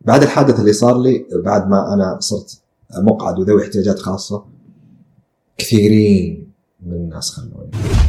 بعد الحادث اللي صار لي، بعد ما أنا صرت مقعد وذوي احتياجات خاصة، كثيرين من الناس خلوني.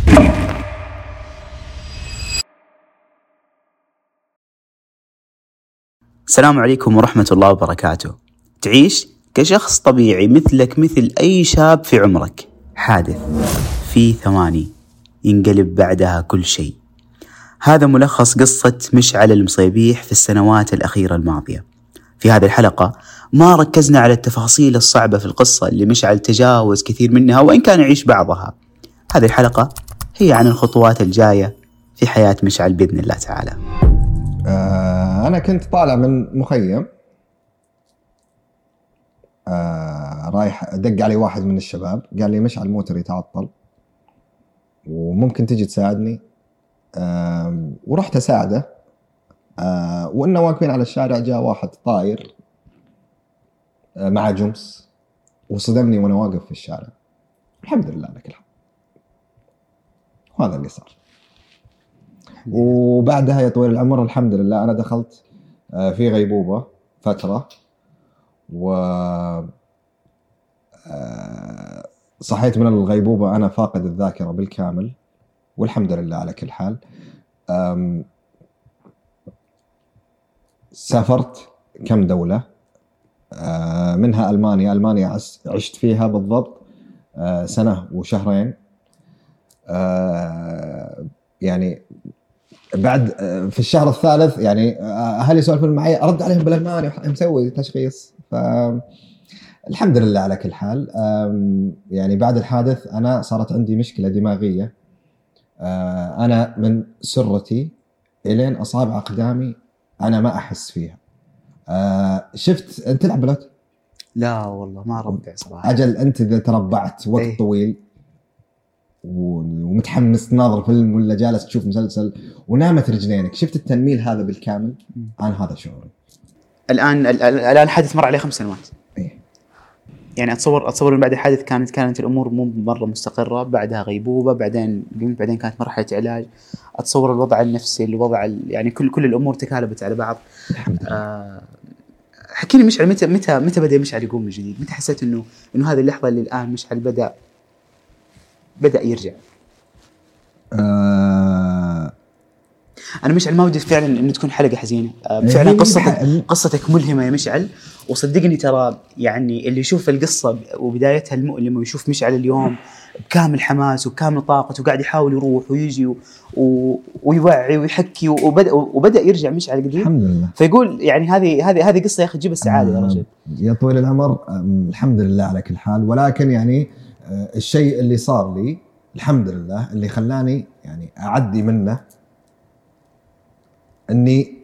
السلام عليكم ورحمة الله وبركاته. تعيش كشخص طبيعي مثلك مثل أي شاب في عمرك. حادث في ثواني ينقلب بعدها كل شيء. هذا ملخص قصة مشعل المصيبيح في السنوات الأخيرة الماضية. في هذه الحلقة ما ركزنا على التفاصيل الصعبة في القصة اللي مشعل تجاوز كثير منها وإن كان يعيش بعضها. هذه الحلقة هي عن الخطوات الجاية في حياة مشعل بإذن الله تعالى. أنا كنت طالع من مخيم، رايح دق علي واحد من الشباب قال لي مشعل موتر يتعطل وممكن تجي تساعدني. ورحت أساعده. وإنه واقفين على الشارع جاء واحد طاير مع جمس وصدمني وأنا واقف في الشارع. الحمد لله لك الحمد. وهذا اللي صار. وبعدها يا طويل العمر الحمد لله أنا دخلت في غيبوبة فترة، و صحيت من الغيبوبة أنا فاقد الذاكرة بالكامل والحمد لله على كل حال. سافرت كم دولة، منها ألمانيا عشت فيها بالضبط سنة وشهرين. يعني بعد في الشهر الثالث يعني أهلي يسولفون معي أرد عليهم بالألماني مسوي تشخيص. فالحمد لله على كل حال. يعني بعد الحادث أنا صارت عندي مشكلة دماغية. أنا من سرتي إلين أصابع أقدامي أنا ما أحس فيها. شفت أنت تلعب بلوت؟ لا والله ما ربع صراحة. أجل أنت إذا تربعت وقت طويل ومتحمس تناظر فيلم ولا جالس تشوف مسلسل ونامت رجلينك، شفت التنميل هذا بالكامل. أنا هذا شعوري. الآن حادث مر عليه 5 سنوات. إيه. يعني أتصور من بعد الحادث كانت الأمور مو مرة مستقرة، بعدها غيبوبة، بعدين كانت مرحلة علاج. أتصور الوضع النفسي، يعني كل الأمور تكالبت على بعض. حكيني مشعل، متى بدأ مشعل يقوم من جديد؟ متى حسيت إنه هذه اللحظة اللي الآن مشعل بدأ يرجع؟ أنا مشعل ما ودي فعلا إنه تكون حلقة حزينة. فعلا قصتك ملهمة يا مشعل، وصدقني ترى يعني اللي يشوف القصة وبدايتها المؤلمة ويشوف مشعل اليوم بكامل حماس وكامل طاقته وقاعد يحاول يروح ويجي ويوعي ويحكي وبدأ يرجع مشعل قديم الحمد لله. فيقول يعني هذه قصة يا أخي تجيب السعادة يا رجل. يا طويل العمر الحمد لله على كل حال. ولكن يعني الشيء اللي صار لي الحمد لله اللي خلاني يعني أعدي منه أني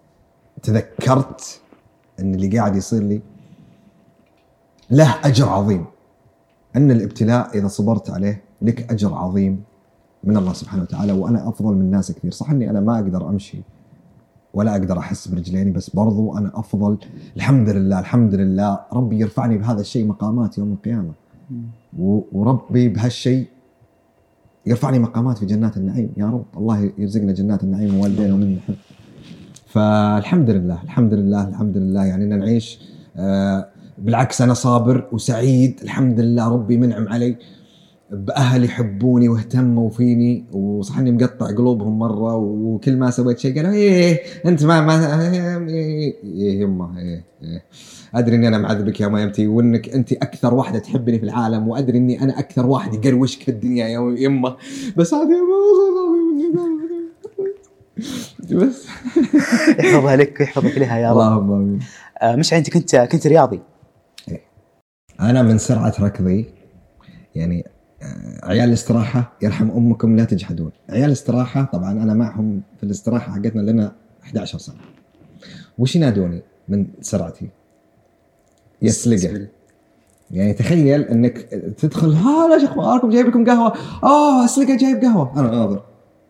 تذكرت أن اللي قاعد يصير لي له أجر عظيم، أن الابتلاء إذا صبرت عليه لك أجر عظيم من الله سبحانه وتعالى. وأنا أفضل من الناس كثير. صح أني أنا ما أقدر أمشي ولا أقدر أحس برجليني، بس برضو أنا أفضل. الحمد لله ربي يرفعني بهذا الشيء مقامات يوم القيامة، وربي بهالشيء يرفعني مقامات في جنات النعيم. يا رب الله يرزقنا جنات النعيم ووالدينا ومن نحب. فالحمد لله يعني أن نعيش. بالعكس أنا صابر وسعيد الحمد لله. ربي منعم علي بأهل يحبوني واهتموا فيني، وصحني مقطع قلوبهم مرة، وكل ما سويت شيء قالوا إيه أنت ما إيه يمه إيه أدري إني أنا معذبك يا ما يمتي، وإنك أنت أكثر واحدة تحبني في العالم، وأدري إني أنا أكثر واحد يقروشك في الدنيا يا يمه، بس هذه بس يحفظها لك ويحفظك لها يا رب. اللهم آمين. مش أنت كنت رياضي؟ أنا من سرعة ركضي يعني عيال الاستراحة يرحم أمكم لا تجحدون. عيال الاستراحة طبعا أنا معهم في الاستراحة حقتنا لنا 11 سنة. وش ينادوني من سرعتي؟ يسلقة. يعني تخيل أنك تدخل لا شيخ أخباركم جايب لكم قهوة. أسلقة جايب قهوة. أنا ناظر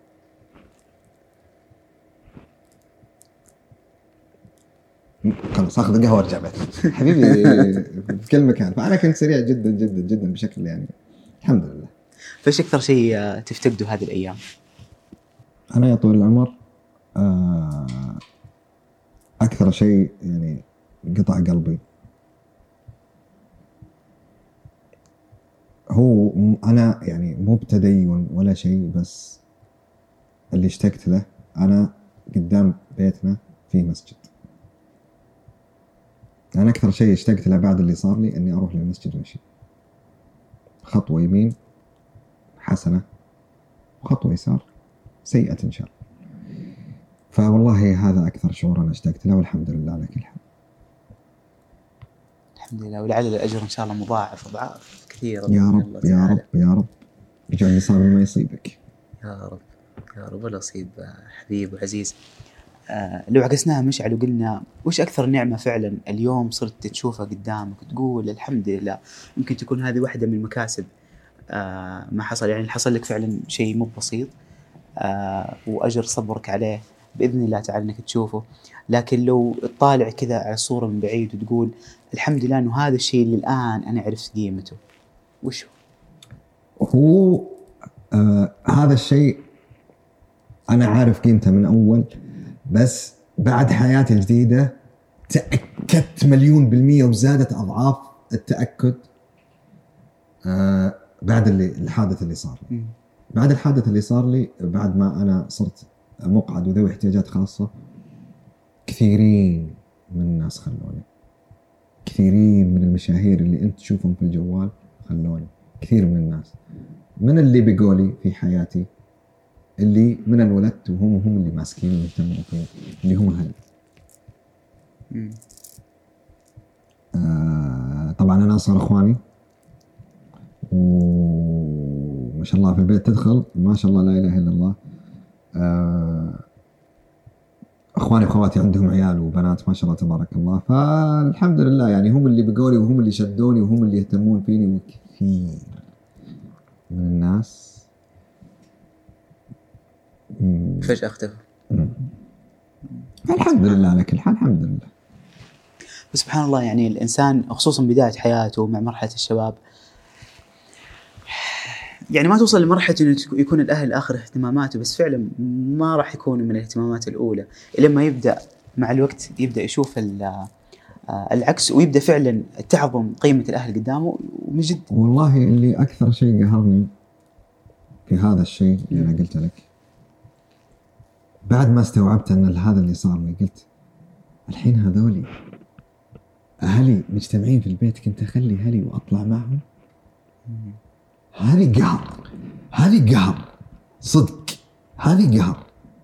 خلاص أخذ القهوة وارجع بيت حبيبي في كل مكان. فأنا كنت سريع جدا جدا جدا بشكل يعني الحمد لله. فايش أكثر شيء تفتقده هذه الأيام؟ أنا يا طويل العمر أكثر شيء يعني قطع قلبي. هو أنا يعني مو بتدين ولا شيء، بس اللي اشتقت له أنا قدام بيتنا في مسجد. أنا أكثر شيء اشتقت له بعد اللي صار لي إني أروح للمسجد وأمشي خطوة يمين حسنة وخطوة يسار سيئة إن شاء الله. فوالله هذا أكثر شعور أنا اشتقت له، والحمد لله على كل حال. الحمد لله، ولعل الأجر إن شاء الله مضاعف أضعاف كثيرة. يا رب يا رب يا رب، اجعل يصاب ما يصيبك يا رب يا رب. ولا يصيب حبيب وعزيز. لو عكسناها مشعل وقلنا وش أكثر نعمة فعلا اليوم صرت تشوفها قدامك تقول الحمد لله، يمكن تكون هذه واحدة من المكاسب ما حصل، يعني حصل لك فعلا شيء مو بسيط وأجر صبرك عليه بإذن الله تعالى أنك تشوفه. لكن لو تطالع كذا على الصورة من بعيد وتقول الحمد لله أنه هذا الشيء اللي الآن أنا عرفت قيمته، وش هو؟ هذا الشيء أنا عارف قيمته من أول، بس بعد حياتي الجديدة تأكدت 1,000,000% وزادت أضعاف التأكد بعد الحادث اللي صار لي. بعد الحادث اللي صار لي، بعد ما أنا صرت مقعد وذوي احتياجات خاصة، كثيرين من الناس خلوني، كثيرين من المشاهير اللي أنت تشوفهم في الجوال خلوني، كثير من الناس من اللي بقولي في حياتي اللي من انولدت وهم اللي ماسكين ويهتمون فيني، اللي هم أهلي. طبعا أنا أصغر إخواني، وما شاء الله في البيت تدخل ما شاء الله لا إله إلا الله. أخواني وأخواتي عندهم عيال وبنات ما شاء الله تبارك الله، فالحمد لله يعني هم اللي بقولي وهم اللي شدوني وهم اللي يهتمون فيني. وكثير من الناس فجأة اختفى. الحمد لله على كل حال، الحمد لله. سبحان الله، يعني الإنسان خصوصا بداية حياته مع مرحلة الشباب، يعني ما توصل لمرحلة إنه يكون الأهل آخر اهتماماته، بس فعلا ما راح يكون من الاهتمامات الأولى إلا ما يبدأ مع الوقت يبدأ يشوف العكس، ويبدأ فعلا تعظم قيمة الأهل قدامه. ومن جد والله اللي أكثر شيء قهرني في هذا الشيء اللي أنا قلت لك، بعد ما استوعبت أن هذا اللي صار لي، قلت الحين هذولي أهلي مجتمعين في البيت، كنت أخلي أهلي وأطلع معهم. هذه قهر، هذه قهر صدق، هذه قهر.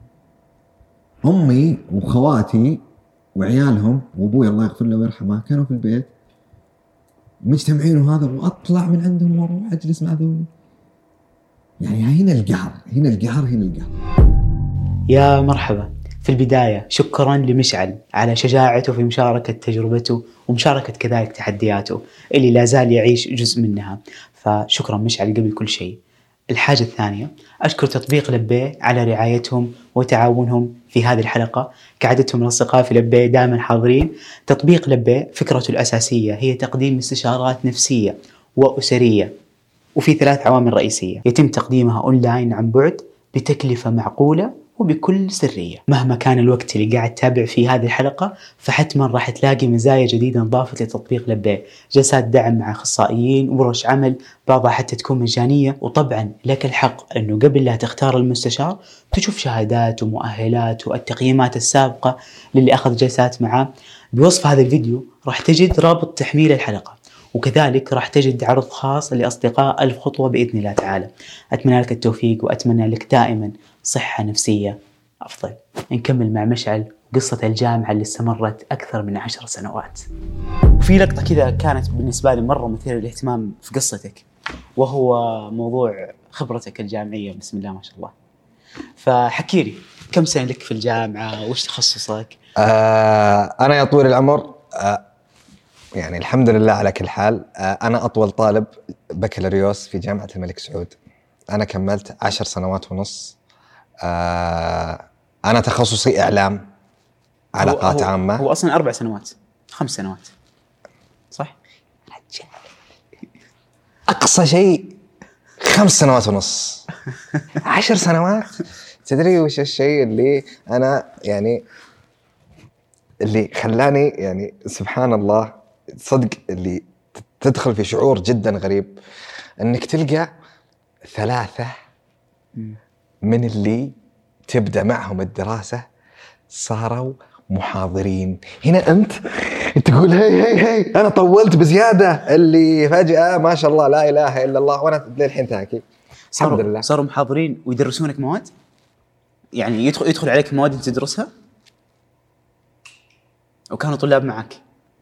أمي وخواتي وعيالهم وأبوي الله يغفر له ويرحمه كانوا في البيت مجتمعين وهذا، وأطلع من عندهم وأروح أجلس مع ذولي. يعني هنا القهر، هنا القهر، هنا القهر. يا مرحبا. في البداية شكرا لمشعل على شجاعته في مشاركة تجربته ومشاركة كذلك تحدياته اللي لا زال يعيش جزء منها، فشكرا مشعل قبل كل شيء. الحاجة الثانية، أشكر تطبيق لبيه على رعايتهم وتعاونهم في هذه الحلقة. كعادتهم الأصدقاء في لبيه دائما حاضرين. تطبيق لبيه فكرته الأساسية هي تقديم استشارات نفسية وأسرية، وفي 3 عوامل رئيسية يتم تقديمها أونلاين عن بعد بتكلفة معقولة وبكل سرية. مهما كان الوقت اللي قاعد تتابع فيه هذه الحلقة، فحتما راح تلاقي مزايا جديدة انضافت لتطبيق لبيه، جلسات دعم مع أخصائيين، ورش عمل بعضها حتى تكون مجانية. وطبعا لك الحق أنه قبل لا تختار المستشار تشوف شهادات ومؤهلات والتقييمات السابقة للي أخذ جلسات معه. بوصف هذا الفيديو راح تجد رابط تحميل الحلقة، وكذلك راح تجد عرض خاص لأصدقاء 1000 خطوة بإذن الله تعالى. أتمنى لك التوفيق وأتمنى لك دائما صحة نفسية أفضل. نكمل مع مشعل قصة الجامعة اللي استمرت أكثر من 10 سنوات. وفي لقطة كذا كانت بالنسبة لي مرة مثيرة للاهتمام في قصتك، وهو موضوع خبرتك الجامعية. بسم الله ما شاء الله. فحكي لي كم سنة لك في الجامعة، وش تخصصك؟ أنا يا طويل العمر يعني الحمد لله على كل حال. أنا أطول طالب بكالوريوس في جامعة الملك سعود. أنا كملت 10 سنوات ونص. أنا تخصصي إعلام علاقات عامة. هو أصلاً 4 سنوات 5 سنوات صح؟ أقصى شيء 5 سنوات ونص. 10 سنوات. تدري وش الشيء اللي أنا يعني اللي خلاني يعني سبحان الله صدق اللي تدخل في شعور جدا غريب انك تلقى 3 من اللي تبدأ معهم الدراسة صاروا محاضرين. هنا أنت تقول هي أنا طولت بزيادة، اللي فجأة ما شاء الله لا إله إلا الله وأنا للحين تاكي الحمد لله. صاروا محاضرين ويدرسونك مواد، يعني يدخل عليك مواد أنت تدرسها وكانوا طلاب معك.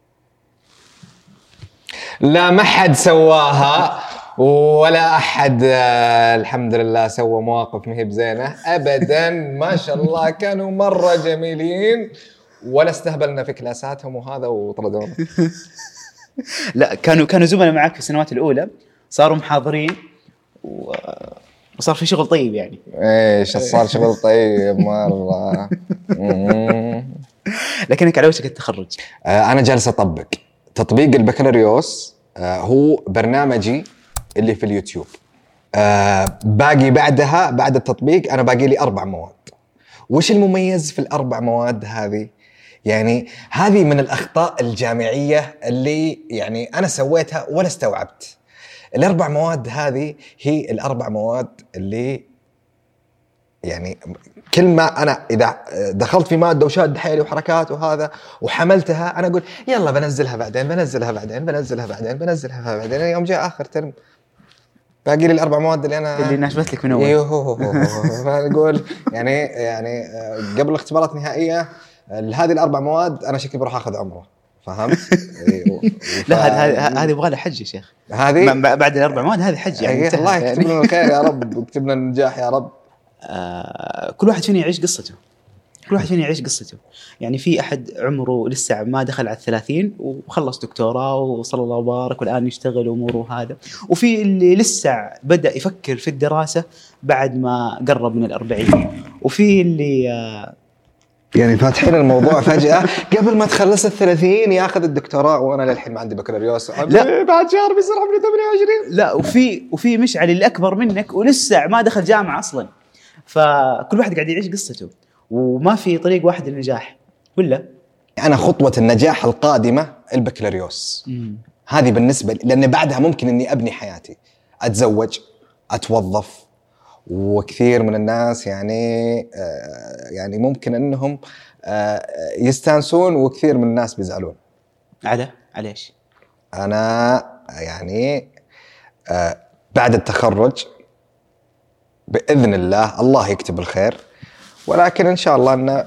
لا ما حد سواها ولا أحد الحمد لله سوى مواقف مهي بزينة أبداً. ما شاء الله كانوا مرة جميلين ولا استهبلنا في كلاساتهم وهذا وطردونا. لا كانوا زملاء معك في السنوات الأولى، صاروا محاضرين وصار في شغل طيب يعني. إيش صار شغل طيب مرة. لكنك على وشك التخرج. أنا جالس أطبق تطبيق البكالوريوس، هو برنامجي اللي في اليوتيوب. باقي بعدها بعد التطبيق أنا باقي لي 4 مواد. وش المميز في ال4 مواد هذه؟ يعني هذه من الأخطاء الجامعية اللي يعني أنا سويتها ولا استوعبت. ال4 مواد هذه هي ال4 مواد اللي يعني كل ما أنا إذا دخلت في مادة وشاد حيلي وحركات وهذا وحملتها أنا أقول يلا بنزلها بعدين يوم جاء آخر ترم باقي لي ال4 مواد اللي ناشبت لك من أول. فنقول يعني قبل الاختبارات النهائية هذه ال4 مواد أنا شكلي بروح أخذ عمره، فهمت؟ لا هذه يبغى لها حج يا شيخ. هذه بعد ال4 مواد هذه حج يعني. الله يكتب لنا الخير يا رب ويكتب لنا النجاح يا رب. كل واحد فينا يعيش قصته. يعني في أحد عمره لسه ما دخل على 30 وخلص دكتوراه وصلى الله وبارك والآن يشتغل أموره هذا، وفي اللي لسه بدأ يفكر في الدراسة بعد ما قرب من 40، وفي اللي يعني فاتحين الموضوع فجأة قبل ما تخلص 30 ياخذ الدكتوراه وأنا للحين ما عندي بكالوريوس. لا بعد شهر بيصير عمري 28. لا وفي مشعل اللي أكبر منك ولسه ما دخل جامعة أصلاً. فكل واحد قاعد يعيش قصته وما في طريق واحد للنجاح ولا. أنا خطوة النجاح القادمة البكالوريوس هذه بالنسبة لي، لأن بعدها ممكن إني أبني حياتي، أتزوج، أتوظف. وكثير من الناس يعني ممكن أنهم يستانسون وكثير من الناس بيزعلون. على إيش؟ أنا يعني بعد التخرج بإذن الله يكتب الخير، ولكن إن شاء الله أن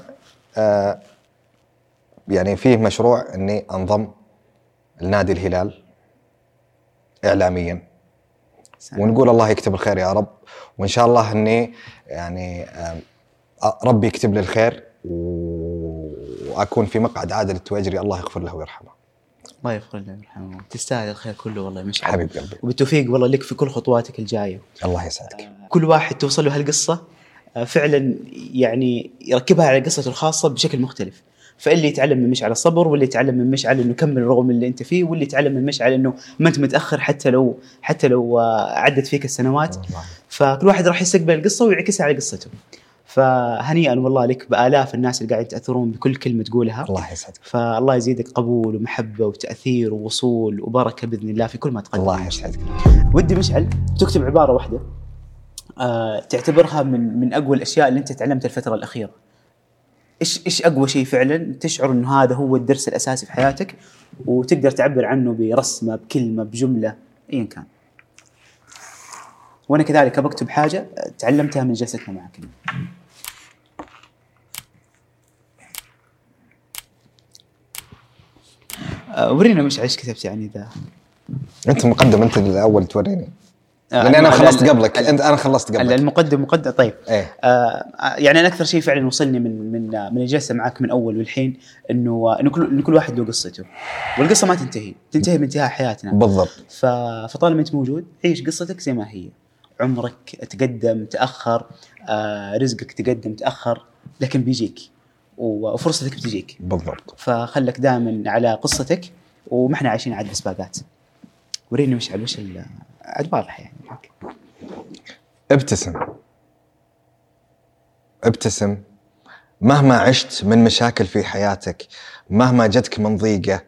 يعني فيه مشروع أني أنضم لنادي الهلال إعلاميا، ونقول الله يكتب الخير يا رب. وإن شاء الله أني يعني ربي يكتب لي الخير وأكون في مقعد عادل التواجري، الله يغفر له ويرحمه. الله يغفر له ويرحمه. تستاهل الخير كله والله مش حبيب قلبي، وبالتوفيق والله لك في كل خطواتك الجاية. الله يسعدك. كل واحد توصل له هالقصة فعلا يعني يركبها على قصته الخاصة بشكل مختلف. فاللي يتعلم من مشعل الصبر، واللي يتعلم من مشعل انه كمل رغم اللي انت فيه، واللي يتعلم من مشعل انه ما انت متاخر حتى لو عدت فيك السنوات. فكل واحد راح يستقبل القصه ويعكسها على قصته. فهنيئا والله لك بالاف الناس اللي قاعد يتاثرون بكل كلمه تقولها. الله يسعدك. فالله يزيدك قبول ومحبه وتاثير ووصول وبركه باذن الله في كل ما تقدم. الله يسعدك. ودي مشعل تكتب عباره واحده تعتبرها من اقوى الاشياء اللي انت تعلمتها الفتره الاخيره. إيش أقوى شيء فعلاً تشعر إنه هذا هو الدرس الأساسي في حياتك وتقدر تعبر عنه برسمة، بكلمة، بجملة، أيا كان. وأنا كذلك بكتب حاجة تعلمتها من جلستنا معك. ورينا مش عايش كتبت يعني ذا. أنت مقدم، أنت الأول توريني. لأني أنا خلصت قبلك. أنا خلصت قبلك. المقدم طيب. إيه؟ يعني أنا أكثر شيء فعلا وصلني من الجلسة معك من أول والحين إنه كل واحد له قصته، والقصة ما تنتهي بانتهاء حياتنا. بالضبط. فطالما أنت موجود عيش قصتك زي ما هي. عمرك تقدم تأخر، رزقك تقدم تأخر، لكن بيجيك وفرصتك بتجيك. بالضبط. فخلك دائما على قصتك وما احنا عايشين عاد بسباقات. وريني وش عاد واضح يعني. ابتسم مهما عشت من مشاكل في حياتك، مهما جتك من ضيقة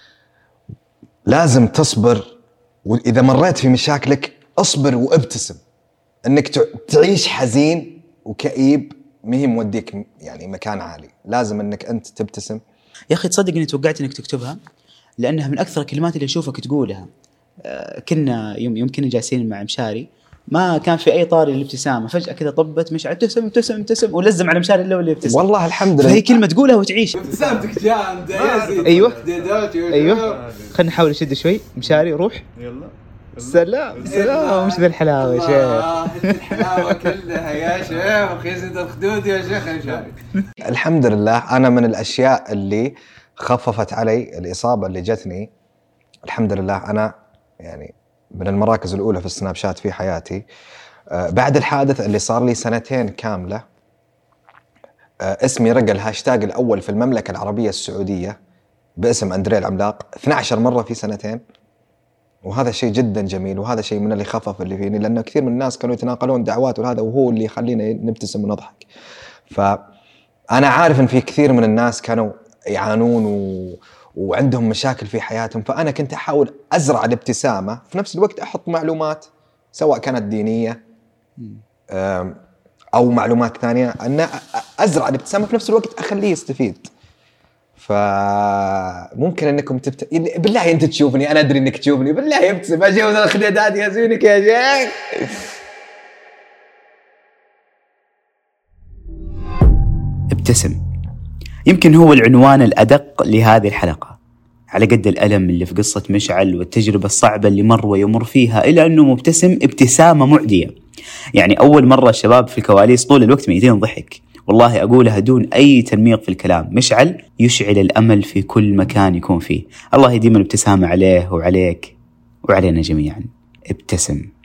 لازم تصبر، وإذا مريت في مشاكلك أصبر وابتسم. أنك تعيش حزين وكئيب مهي موديك يعني مكان عالي، لازم أنك أنت تبتسم. يا أخي تصدق أني توقعت أنك تكتبها، لأنها من أكثر الكلمات اللي أشوفك تقولها. كنا يمكن جالسين مع مشاري، ما كان في أي طاري الابتسامة، فجأة كذا طبت مشعل ابتسم ولزم على مشاري اللي يبتسم. والله الحمد لله، فهي كلمة تقولها وتعيش. ابتسامتك جامدة يا زين. أيوة خلنا نحاول نشد شوي. مشاري روح يلا. سلام مش ذا الحلاوة يا شيخ، الحلاوة كلها يا شيخ، خيزة الخدود يا شيخ مشاري. الحمد لله. أنا من الأشياء اللي خففت علي الإصابة اللي جتني الحمد لله، أنا يعني من المراكز الأولى في السناب شات في حياتي. بعد الحادث اللي صار لي 2 كاملة، اسمي رقى الهاشتاج الأول في المملكة العربية السعودية باسم أندريه العملاق 12 مرة في 2. وهذا شيء جدا جميل، وهذا شيء من اللي خفف اللي فيني، لأنه كثير من الناس كانوا يتناقلون دعوات وهذا، وهو اللي يخلينا نبتسم ونضحك. فأنا عارف أن في كثير من الناس كانوا يعانون وعندهم مشاكل في حياتهم، فأنا كنت أحاول أزرع الابتسامة، في نفس الوقت أحط معلومات سواء كانت دينية أو معلومات ثانية، أن أزرع الابتسامة في نفس الوقت أخليه يستفيد. فممكن أنكم بالله أنت تشوفني، أنا أدري أنك تشوفني، بالله ابتسم، أشوف الخدادات يا زينك يا شيخ. ابتسم يمكن هو العنوان الأدق لهذه الحلقة. على قد الألم اللي في قصة مشعل والتجربة الصعبة اللي مر ويمر فيها، إلا أنه مبتسم ابتسامة معدية. يعني أول مرة الشباب في الكواليس طول الوقت ميتين ضحك، والله أقولها دون أي تنميق في الكلام. مشعل يشعل الأمل في كل مكان يكون فيه. الله يديم الابتسامة عليه وعليك وعلينا جميعا. ابتسم.